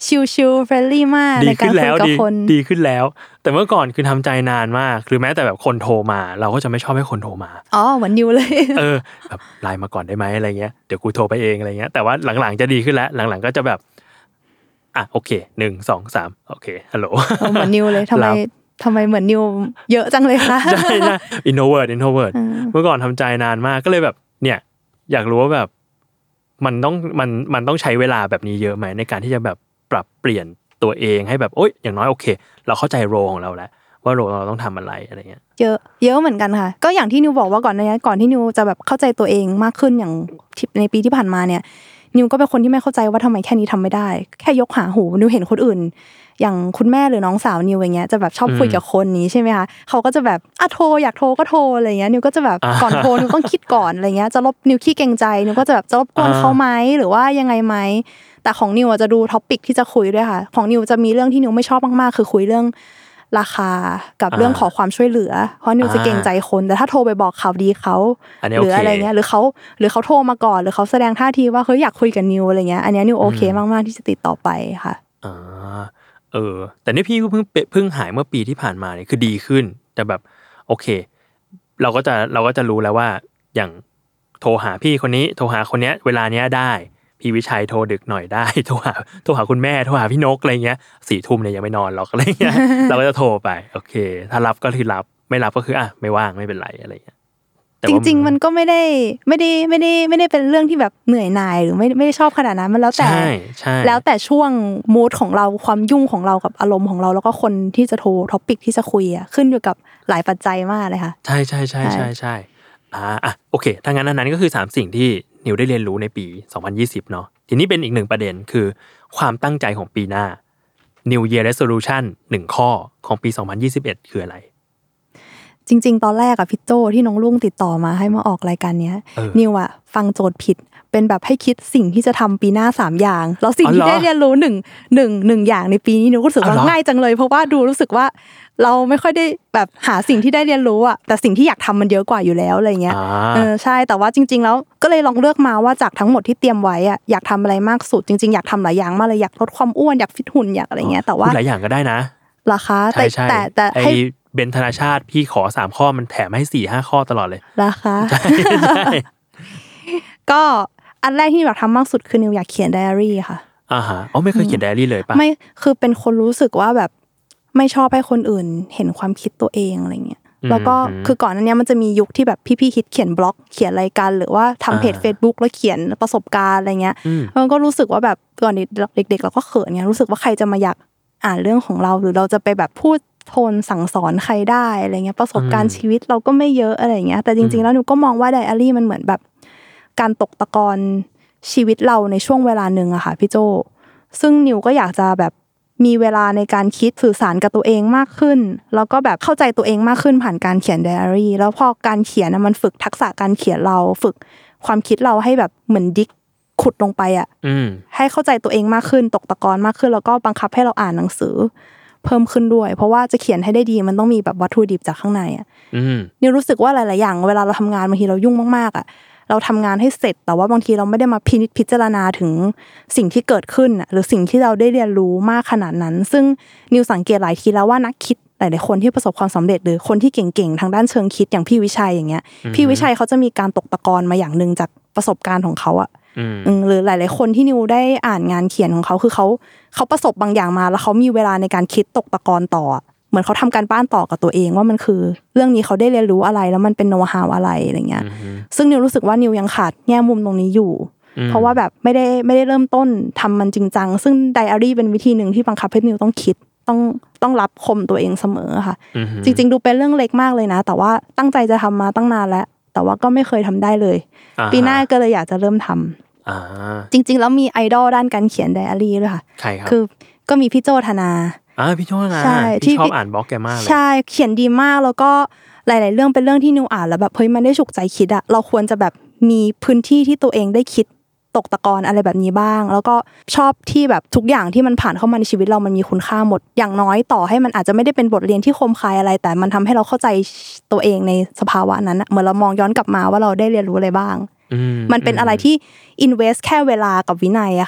ชิลๆเฟรนลี่มากในการคุยกับคนดีขึ้นแล้วแต่เมื่อก่อนคือทำใจนานมากหรือแม้แต่แบบคนโทรมาเราก็จะไม่ชอบให้คนโทรมาอ๋อเหมือนนิวเลยเออแบบไลน์มาก่อนได้ไหมอะไรเงี้ยเดี๋ยวกูโทรไปเองอะไรเงี้ยแต่ว่าหลังๆจะดีขึ้นแล้วหลังๆก็จะแบบอ่ะโอเคหนึ่ง สอง สามโอเคฮัลโหลเหมือนนิวเลยทำไมทำไมเหมือนนิวเยอะจังเลยคะใช่ใช่ introvert introvert เมื่อก่อนทำใจนานมากก็เลยแบบเนี่ยอยากรู้ว่าแบบมันต้องมันมันต้องใช้เวลาแบบนี้เยอะไหมในการที่จะแบบปรับเปลี่ยนตัวเองให้แบบโอ๊ยอย่างน้อยโอเคเราเข้าใจโรของเราแล้วว่าโรเราต้องทำอะไรอะไรเงี้ยเยอะเยอะเหมือนกันค่ะก็อย่างที่นิวบอกว่าก่อนนี้ก่อนที่นิวจะแบบเข้าใจตัวเองมากขึ้นอย่างในปีที่ผ่านมาเนี่ยนิวก็เป็นคนที่ไม่เข้าใจว่าทำไมแค่นี้ทำไม่ได้แค่ยกหาหูนิวเห็นคนอื่นอย่างคุณแม่หรือน้องสาวนิวอย่างเงี้ยจะแบบชอบคุยกับคนนี้ใช่ไหมคะเขาก็จะแบบอ่ะโทรอยากโทรก็โทรอะไรเงี้ยนิวก็จะแบบก่อนโทรนิวต้องคิดก่อนอะไรเงี้ยจะรบนิวขี้เกรงใจนิวก็จะแบบจะรบกวนเขาไหมหรือว่ายังไงไหมแต่ของนิวจะดูท็อปิกที่จะคุยด้วยค่ะของนิวจะมีเรื่องที่นิวไม่ชอบมากๆคือคุยเรื่องราคากับเรื่องขอความช่วยเหลือเพราะนิวจะเกรงใจคนแต่ถ้าโทรไปบอกข่าวดีเขาหรืออะไรเงี้ยหรือเขาหรือเขาโทรมาก่อนหรือเขาแสดงท่าทีว่าเขาอยากคุยกับนิวอะไรเงี้ยอันนี้นิวโอเคมากๆที่จะติดต่อไปค่ะอ่าเออแต่นี่พี่เพิ่งเพิ่งหายเมื่อปีที่ผ่านมาเนี่ยคือดีขึ้นแต่แบบโอเคเราก็จะเราก็จะรู้แล้วว่าอย่างโทรหาพี่คนนี้โทรหาคนเนี้ยเวลาเนี้ยได้พี่วิชัยโทรดึกหน่อยได้โทรหาโทรหาคุณแม่โทรหาพี่นกอะไรเงี้ยสี่ทุ่มเนี่ยยังไม่นอนหรอกอะไรเงี้ยเราก็จะโทรไปโอเคถ้ารับก็คือรับไม่รับก็คืออ่ะไม่ว่างไม่เป็นไรอะไรเงี้ยจริงๆมันก็ไม่ได้ไม่ได้ไม่ได้ไม่ได้เป็นเรื่องที่แบบเหนื่อยหน่ายหรือไม่ไม่ได้ชอบขนาดนั้นมันแล้วแต่แล้วแต่ช่วงมูดของเราความยุ่งของเรากับอารมณ์ของเราแล้วก็คนที่จะโทรท็อปิกที่จะคุยอ่ะขึ้นอยู่กับหลายปัจจัยมากเลยค่ะใช่ใช่ใช่ใช่ใช่อ่าอ่ะโอเคถ้างั้นนั้นก็คือสามสิ่งที่นิวได้เรียนรู้ในปีสองพันยี่สิบเนาะทีนี้เป็นอีกหนึ่งประเด็นคือความตั้งใจของปีหน้า New Year Resolution หนึ่งข้อของปีสองพันยี่สิบเอ็ดคืออะไรจริงๆตอนแรกอะพี่โจที่น้องลุงติดต่อมาให้มาออกรายการเนี้ยนิวอะฟังโจทย์ผิดเป็นแบบให้คิดสิ่งที่จะทำปีหน้าสามอย่างแล้วสิ่งที่ได้เรียนรู้หนึ่ง หนึ่ง หนึ่งอย่างในปีนี้นิวรู้สึกว่าง่ายจังเลยเพราะว่าดูรู้สึกว่าเราไม่ค่อยได้แบบหาสิ่งที่ได้เรียนรู้อะแต่สิ่งที่อยากทำมันเยอะกว่าอยู่แล้วอะไรเงี้ยเออใช่แต่ว่าจริงๆแล้วก็เลยลองเลือกมาว่าจากทั้งหมดที่เตรียมไว้อะอยากทำอะไรมากสุดจริงๆอยากทำหลายอย่างมากเลยอยากลดความอ้วนอยากฟิตหุ่นอยากอะไรเงี้ยแต่ว่าหลายอย่างก็ได้นะราคาแต่แต่แต่ให้เบนธนาชาติพี่ขอสามข้อมันแถมให้ สี่ห้า ข้อตลอดเลยราคาใช่ๆก็อันแรกที่อยากทำมากสุดคือนิวอยากเขียนไดอารี่ค่ะอ่าฮะอ๋อไม่เคยเขียนไดอารี่เลยป่ะไม่คือเป็นคนรู้สึกว่าแบบไม่ชอบให้คนอื่นเห็นความคิดตัวเองอะไรเงี้ยแล้วก็คือก่อนอันนี้มันจะมียุคที่แบบพี่ๆคิดเขียนบล็อกเขียนรายการหรือว่าทำเพจ Facebook แล้วเขียนประสบการณ์อะไรเงี้ยมันก็รู้สึกว่าแบบก่อนเด็กๆเราก็เขินไงรู้สึกว่าใครจะมาอยากอ่านเรื่องของเราหรือเราจะไปแบบพูดโทนสั่งสอนใครได้อะไรเงี้ยประสบการณ์ชีวิตเราก็ไม่เยอะอะไรเงี้ยแต่จริงๆแล้วหนูก็มองว่าไดอารี่มันเหมือนแบบการตกตะกอนชีวิตเราในช่วงเวลานึงอะค่ะพี่โจซึ่งนิวก็อยากจะแบบมีเวลาในการคิดสื่อสารกับตัวเองมากขึ้นแล้วก็แบบเข้าใจตัวเองมากขึ้นผ่านการเขียนไดอารี่แล้วพอการเขียนนะมันฝึกทักษะการเขียนเราฝึกความคิดเราให้แบบเหมือนดิกขุดลงไปอะให้เข้าใจตัวเองมากขึ้นตกตะกอนมากขึ้นแล้วก็บังคับให้เราอ่านหนังสือเพิ่มขึ้นด้วยเพราะว่าจะเขียนให้ได้ดีมันต้องมีแบบวัตถุดิบจากข้างในอ่ะนิวรู้สึกว่าหลายๆอย่างเวลาเราทำงานบางทีเรายุ่งมากๆอ่ะเราทำงานให้เสร็จแต่ว่าบางทีเราไม่ได้มาพินิจพิจารณาถึงสิ่งที่เกิดขึ้นอ่ะหรือสิ่งที่เราได้เรียนรู้มากขนาดนั้นซึ่งนิวสังเกตหลายทีแล้วว่านักคิดหลายๆคนที่ประสบความสำเร็จหรือคนที่เก่งๆทางด้านเชิงคิดอย่างพี่วิชัยอย่างเงี้ยพี่วิชัยเขาจะมีการตกตะกอนมาอย่างนึงจากประสบการณ์ของเขาอ่ะหรือหลายๆคนที่นิวได้อ่านงานเขียนของเขาคือเขาเขาประสบบางอย่างมาแล้วเขามีเวลาในการคิดตกตะกอนต่อเหมือนเขาทำการบ้านต่อกับตัวเองว่ามันคือเรื่องนี้เขาได้เรียนรู้อะไรแล้วมันเป็นโน้ตฮาวอะไรอะไรเงี้ยซึ่งนิวรู้สึกว่านิวยังขาดแง่มุมตรงนี้อยู่เพราะว่าแบบไม่ได้ไม่ได้เริ่มต้นทำมันจริงจังซึ่งไดอารี่เป็นวิธีนึงที่บังคับให้นิวต้องคิดต้องต้องรับคมตัวเองเสมอค่ะจริงๆดูเป็นเรื่องเล็กมากเลยนะแต่ว่าตั้งใจจะทำมาตั้งนานแล้วแต่ว่าก็ไม่เคยทำได้เลยปีหน้าก็เลยอยากจะเริ่มทำจริงๆแล้วมีไอดอลด้านการเขียนไดอารี่ด้วยค่ะใครครับคือก็มีพี่โจธนาอ่าพี่โจธนาที่ชอบอ่านบล็อกแกมากเลยใช่เขียนดีมากแล้วก็หลายๆเรื่องเป็นเรื่องที่นิวอ่านแล้วแบบเฮ้ยมันได้ฉุกใจคิดอะเราควรจะแบบมีพื้นที่ที่ตัวเองได้คิดตกตะกอนอะไรแบบนี้บ้างแล้วก็ชอบที่แบบทุกอย่างที่มันผ่านเข้ามาในชีวิตเรามันมีคุณค่าหมดอย่างน้อยต่อให้มันอาจจะไม่ได้เป็นบทเรียนที่คมคายอะไรแต่มันทำให้เราเข้าใจตัวเองในสภาวะนั้นเหมือนเรามองย้อนกลับมาว่าเราได้เรียนรู้อะไรบ้างมันเป็นอะไรที่ invest แค่เวลากับวินัยอะค่ะ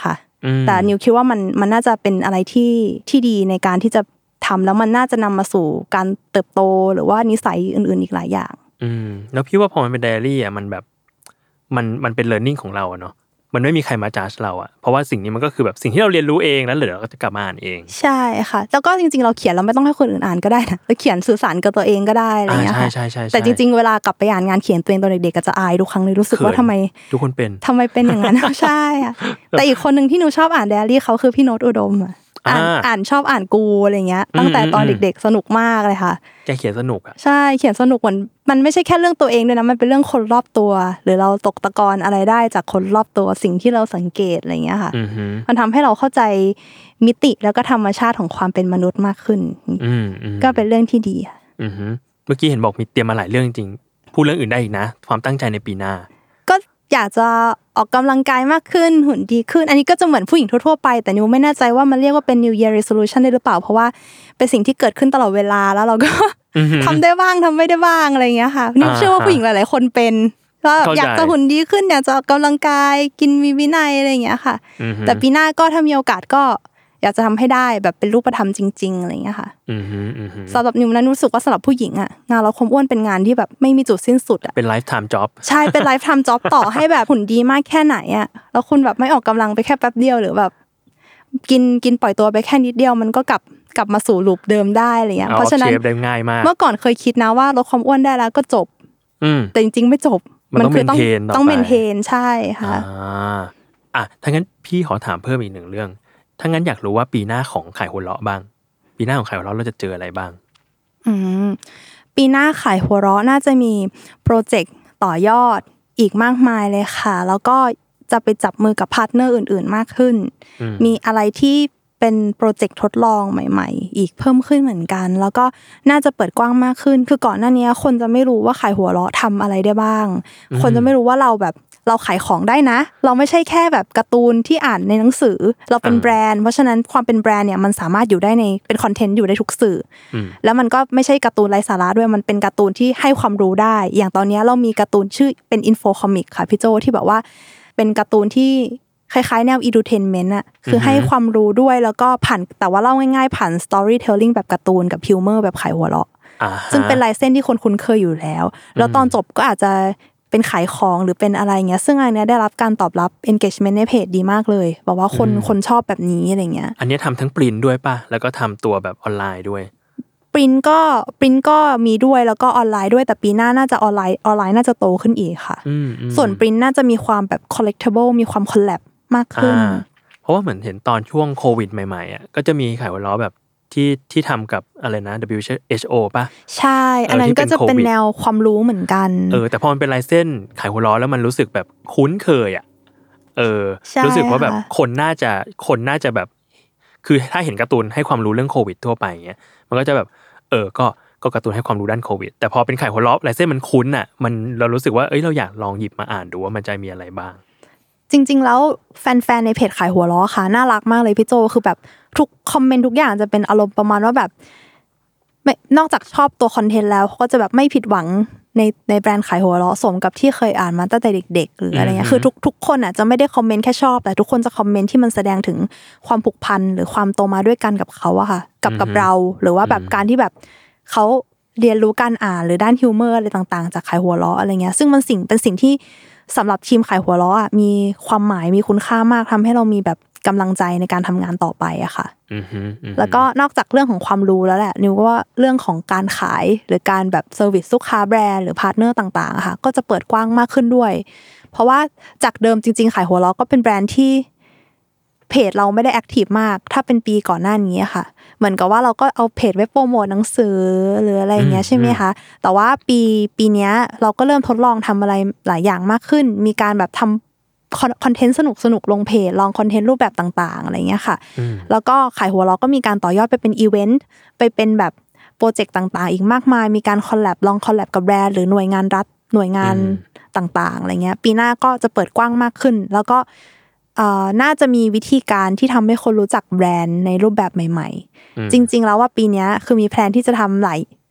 แต่นิวคิดว่ามันมันน่าจะเป็นอะไรที่ที่ดีในการที่จะทำแล้วมันน่าจะนำมาสู่การเติบโตหรือว่านิสัยอื่นๆอีกหลายอย่างอืมแล้วพี่ว่าพอมันเป็นไดอารี่อ่ะมันแบบมันมันเป็น learning ของเราเนาะมันไม่มีใครมาจัดเราอ่ะเพราะว่าสิ่งนี้มันก็คือแบบสิ่งที่เราเรียนรู้เองแล้วเดี๋ยวเราก็จะกลับมาอ่านเองใช่ค่ะแล้วก็จริงๆเราเขียนเราไม่ต้องให้คนอื่นอ่านก็ได้นะเราเขียนสื่อสารกับตัวเองก็ได้อะไรเงี้ยค่ะแต่จริงๆเวลากลับไปอ่านงานเขียนตัวเองตอนเด็กๆก็จะอายทุกครั้งเลยรู้สึกว่าทำไมทุกคนเป็นทำไมเป็นอย่างนั้นใช่ค่ะแต่อีกคนนึงที่หนูชอบอ่านไดอารี่เขาคือพี่โน้ตอุดมอ่ะอ่านอ่านชอบอ่านกูอะไรเงี้ยตั้งแต่ตอนเด็กๆสนุกมากเลยค่ะแกเขียนสนุกอ่ะใช่เขียนสนุกเหมือนมันไม่ใช่แค่เรื่องตัวเองด้วยนะมันเป็นเรื่องคนรอบตัวหรือเราตกตะกอนอะไรได้จากคนรอบตัวสิ่งที่เราสังเกตอะไรเงี้ยค่ะมันทำให้เราเข้าใจมิติแล้วก็ธรรมชาติของความเป็นมนุษย์มากขึ้นก็เป็นเรื่องที่ดีค่ะเมื่อกี้เห็นบอกมีเตรียมมาหลายเรื่องจริงพูดเรื่องอื่นได้อีกนะความตั้งใจในปีหน้าก็อยากจะออกกำลังกายมากขึ้นหุ่นดีขึ้นอันนี้ก็จะเหมือนผู้หญิงทั่วๆไปแต่นิวไม่แน่ใจว่ามันเรียกว่าเป็น New Year Resolution ได้หรือเปล่าเพราะว่าเป็นสิ่งที่เกิดขึ้นตลอดเวลาแล้วเราก็ ทำได้บ้างทำไม่ได้บ้างอะไรอย่างเงี้ยค่ะนิวเชื่อว่าผู้หญิงหลายๆคนเป็นก็อยากจะหุ่นดีขึ้นอยากจะออกกำลังกายกินมีวินัยอะไรอย่างเงี้ยค่ะแต่ปีหน้าก็ถ้ามีโอกาสก็อยากจะทำให้ได้แบบเป็นรูปธรรมจริงๆอะไรอย่างเงี้ยค่ะสำหรับนิวนั้นรู้สึกว่าสำหรับผู้หญิงอ่ะงานลดความอ้วนเป็นงานที่แบบไม่มีจุดสิ้นสุดอ่ะเป็นไลฟ์ไทม์จ็อบใช่เป็นไลฟ์ไทม์จ็อบต่อให้แบบหุ่นดีมากแค่ไหนอ่ะแล้วคุณแบบไม่ออกกำลังไปแค่แป๊บเดียวหรือแบบกินกินปล่อยตัวไปแค่นิดเดียวมันก็กลับกลับมาสู่ลูปเดิมได้อะไรเงี้ยเพราะฉะนั้นเมื่อก่อนเคยคิดนะว่าลดความอ้วนได้แล้วก็จบแต่จริงๆไม่จบมันคือต้องต้องเมนเทนใช่ค่ะอ่ะถ้างั้นพี่ขอถามเพิ่มอีกหนึ่งเรื่องถ้างั้นอยากรู้ว่าปีหน้าของขายหัวเราะบ้างปีหน้าของขายหัวเราะเราจะเจออะไรบ้างอืมปีหน้าขายหัวเราะน่าจะมีโปรเจกต์ต่อยอดอีกมากมายเลยค่ะแล้วก็จะไปจับมือกับพาร์ทเนอร์อื่นๆมากขึ้นมีอะไรที่เป็นโปรเจกต์ทดลองใหม่ๆอีกเพิ่มขึ้นเหมือนกันแล้วก็น่าจะเปิดกว้างมากขึ้นคือก่อนหน้านี้คนจะไม่รู้ว่าขายหัวเราะทำอะไรได้บ้างคนจะไม่รู้ว่าเราแบบเราขายของได้นะเราไม่ใช่แค่แบบการ์ตูนที่อ่านในหนังสือเราเป็นแบรนด์เพราะฉะนั้นความเป็นแบรนด์เนี่ยมันสามารถอยู่ได้ในเป็นคอนเทนต์อยู่ได้ทุกสื่อแล้วมันก็ไม่ใช่การ์ตูนไร้สาระด้วยมันเป็นการ์ตูนที่ให้ความรู้ได้อย่างตอนนี้เรามีการ์ตูนชื่อเป็นอินโฟคอมิกค่ะพี่โจที่แบบว่าเป็นการ์ตูนที่คล้ายๆแนว edutainment อ่ะคือให้ความรู้ด้วยแล้วก็ผ่านแต่ว่าเล่าง่ายๆผ่าน storytelling แบบการ์ตูนกับ humor แบบขายหัวเราะซึ่งเป็นลายเส้นที่คนคุ้นเคยอยู่แล้วแล้วตอนจบก็อาจจะเป็นขายของหรือเป็นอะไรเงี้ยซึ่งอันเนี้ยได้รับการตอบรับ engagement ในเพจดีมากเลยบอกว่าคนคนชอบแบบนี้อะไรเงี้ยอันนี้ทำทั้งปรินท์ด้วยป่ะแล้วก็ทำตัวแบบออนไลน์ด้วยปรินท์ก็ปรินท์ก็มีด้วยแล้วก็ออนไลน์ด้วยแต่ปีหน้าน่าจะออนไลน์ออนไลน์น่าจะโตขึ้นอีกค่ะส่วนปรินท์น่าจะมีความแบบ collectible มีความ collab มากขึ้นเพราะว่าเหมือนเห็นตอนช่วงโควิดใหม่ๆอ่ะก็จะมีขายหัวเราะแบบที่ที่ทำกับอะไรนะ ดับเบิลยู เอช โอ ป่ะใช่อันนั้นก็จะเป็นแนวความรู้เหมือนกันเออแต่พอมันเป็นลายเส้นขายหัวเราะแล้วมันรู้สึกแบบคุ้นเคยอ่ะเออรู้สึกว่าแบบคนน่าจะคนน่าจะแบบคือถ้าเห็นการ์ตูนให้ความรู้เรื่องโควิดทั่วไปอย่างเงี้ยมันก็จะแบบเออก็ก็การ์ตูนให้ความรู้ด้านโควิดแต่พอเป็นขายหัวเราะลายเส้นมันคุ้นอ่ะมันเรารู้สึกว่าเอ้ยเราอยากลองหยิบมาอ่านดูว่ามันจะมีอะไรบ้างจริงๆแล้วแฟนๆในเพจขายหัวเราะค่ะน่ารักมากเลยพี่โจคือแบบทุกคอมเมนต์ทุกอย่างจะเป็นอารมณ์ประมาณว่าแบบไม่นอกจากชอบตัวคอนเทนต์แล้วเขาก็จะแบบไม่ผิดหวังในในแบรนด์ขายหัวเราะสมกับที่เคยอ่านมาตั้งแต่เด็กๆหรืออะไรเงี้ยคือทุกทุกคนอ่ะจะไม่ได้คอมเมนต์แค่ชอบแต่ทุกคนจะคอมเมนต์ที่มันแสดงถึงความผูกพันหรือความโตมาด้วยกันกับเขาอะค่ะกับกับเราหรือว่าแบบการที่แบบเขาเรียนรู้การอ่านหรือด้านฮิวเมอร์อะไรต่างๆจากขายหัวเราะอะไรเงี้ยซึ่งมันสิ่งเป็นสิ่งที่สำหรับทีมขายหัวเราะอ่ะมีความหมายมีคุณค่ามากทำให้เรามีแบบกำลังใจในการทำงานต่อไปอะค่ะแล้วก็นอกจากเรื่องของความรู้แล้วแหละนิวก็ว่าเรื่องของการขายหรือการแบบเซอร์วิสลูกค้าแบรนด์หรือพาร์ทเนอร์ต่างๆค่ะก็จะเปิดกว้างมากขึ้นด้วยเพราะว่าจากเดิมจริงๆขายหัวเราะก็เป็นแบรนด์ที่เพจเราไม่ได้แอคทีฟมากถ้าเป็นปีก่อนหน้านี้ค่ะเหมือนกับว่าเราก็เอาเพจไว้โปรโมทหนังสือหรืออะไรเงี้ยใช่ไหมคะแต่ว่าปีปีนี้เราก็เริ่มทดลองทำอะไรหลายอย่างมากขึ้นมีการแบบทำคอนเทนต์สนุกสนุกลงเพจลองคอนเทนต์รูปแบบต่างๆอะไรเงี้ยค่ะแล้วก็ขายหัวเราก็มีการต่อยอดไปเป็นอีเวนต์ไปเป็นแบบโปรเจกต์ต่างๆอีกมากมายมีการคอลแลบลองคอลแลบกับแบรนด์หรือหน่วยงานรัฐหน่วยงานต่างๆอะไรเงี้ยปีหน้าก็จะเปิดกว้างมากขึ้นแล้วก็เอ่อน่าจะมีวิธีการที่ทำให้คนรู้จักแบรนด์ในรูปแบบใหม่ๆจริงๆแล้วว่าปีนี้คือมีแพลนที่จะทำหลาย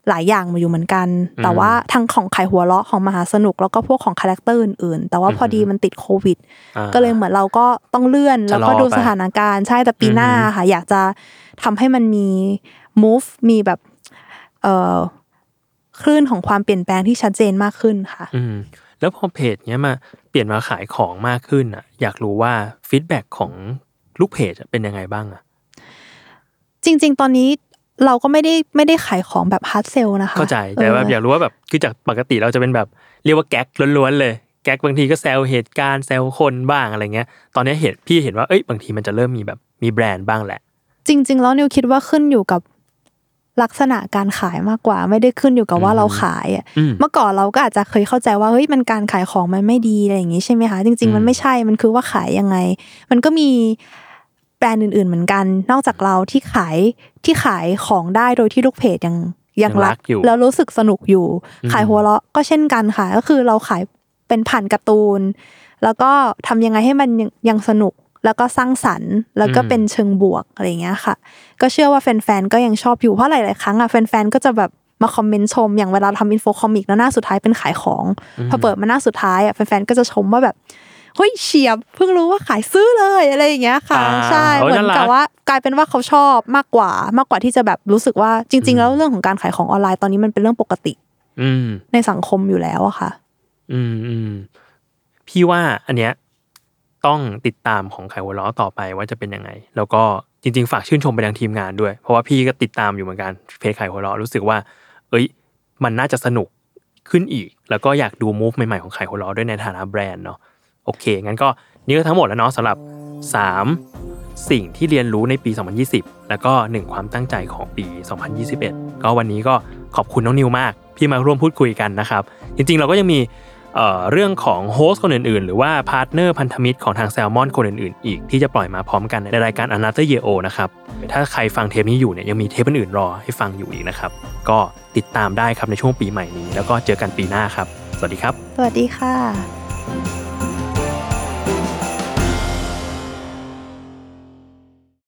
หลายอย่างมาอยู่เหมือนกันแต่ว่าทั้งของไข่หัวเราะของมหาสนุกแล้วก็พวกของคาแรคเตอร์อื่นๆแต่ว่าพอดีมันติดโควิดก็เลยเหมือนเราก็ต้องเลื่อนแล้วก็ดูสถานการณ์ใช่แต่ปีหน้าค่ะอยากจะทำให้มันมี move มีแบบเอ่อคลื่นของความเปลี่ยนแปลงที่ชัดเจนมากขึ้นค่ะอืมแล้วพอเพจเนี้ยมาเปลี่ยนมาขายของมากขึ้นอ่ะอยากรู้ว่าฟีดแบ็กของลูกเพจเป็นยังไงบ้างอ่ะจริงๆตอนนี้เราก็ไม่ได้ไม่ได้ขายของแบบฮาร์ดเซลนะคะเข้าใจแต่ว่าอยากรู้ว่าแบบคือจากปกติเราจะเป็นแบบเรียกว่าแก๊กล้วนๆเลยแก๊กบางทีก็แซวเหตุการณ์แซวคนบ้างอะไรเงี้ยตอนนี้เห็นพี่เห็นว่าเอ้ยบางทีมันจะเริ่มมีแบบมีแบรนด์บ้างแหละจริงๆแล้วนิวคิดว่าขึ้นอยู่กับลักษณะการขายมากกว่าไม่ได้ขึ้นอยู่กับว่าเราขายอ่ะเมื่อก่อนเราก็อาจจะเคยเข้าใจว่าเฮ้ยมันการขายของมันไม่ดีอะไรอย่างงี้ใช่ไหมคะจริงๆมันไม่ใช่มันคือว่าขายยังไงมันก็มีแบรนด์อื่นๆเหมือนกันนอกจากเราที่ขายที่ขายของได้โดยที่ลูกเพจยังยังรักแล้วรู้สึกสนุกอยู่ขายหัวเราะก็เช่นกันค่ะก็คือเราขายเป็นผ่านการ์ตูนแล้วก็ทำยังไงให้มันยังสนุกแล้วก็สร้างสรรค์แล้วก็เป็นเชิงบวกอะไรอย่างเงี้ยค่ะก็เชื่อว่าแฟนๆก็ยังชอบอยู่เพราะหลายๆครั้งอ่ะแฟนๆก็จะแบบมาคอมเมนต์ชมอย่างเวลาทำอินโฟคอมิกแล้วหน้าสุดท้ายเป็นขายของพอเปิดมาหน้าสุดท้ายอ่ะแฟนๆก็จะชมว่าแบบเฮ้ยเฉียบเพิ่งรู้ว่าขายซื้อเลยอะไรอย่างเงี้ยค่ะใช่เหมือนกับว่ากลายเป็นว่าเขาชอบมากกว่ามากกว่าที่จะแบบรู้สึกว่าจริงๆแล้วเรื่องของการขายของออนไลน์ตอนนี้มันเป็นเรื่องปกติในสังคมอยู่แล้วอะค่ะอืมอืมพี่ว่าอันเนี้ยต้องติดตามของไข่หัวเราะต่อไปว่าจะเป็นยังไงแล้วก็จริงๆฝากชื่นชมไปยังทีมงานด้วยเพราะว่าพี่ก็ติดตามอยู่เหมือนกันเพจไข่หัวเราะรู้สึกว่าเอ้ยมันน่าจะสนุกขึ้นอีกแล้วก็อยากดูมูฟใหม่ๆของไข่หัวเราะด้วยในฐานะแบรนด์เนาะโอเคงั้นก็นี่ก็ทั้งหมดแล้วเนาะสำหรับสามสิ่งที่เรียนรู้ในปีสองพันยี่สิบแล้วก็หนึ่งความตั้งใจของปีสองพันยี่สิบเอ็ดก็วันนี้ก็ขอบคุณน้องนิวมากที่มาร่วมพูดคุยกันนะครับจริงๆเราก็ยังมีเอ่อเรื่องของโฮสต์คนอื่นๆหรือว่าพาร์ทเนอร์พันธมิตรของทางแซลมอนคนอื่นๆอีกที่จะปล่อยมาพร้อมกันในรายการ Another Year O นะครับถ้าใครฟังเทปนี้อยู่เนี่ยยังมีเทปอื่นๆรอให้ฟังอยู่อีกนะครับก็ติดตามได้ครับในช่วงปีใหม่นี้แล้วก็เจอกันปีหน้าครับสวัสดีครับสวัสดีค่ะ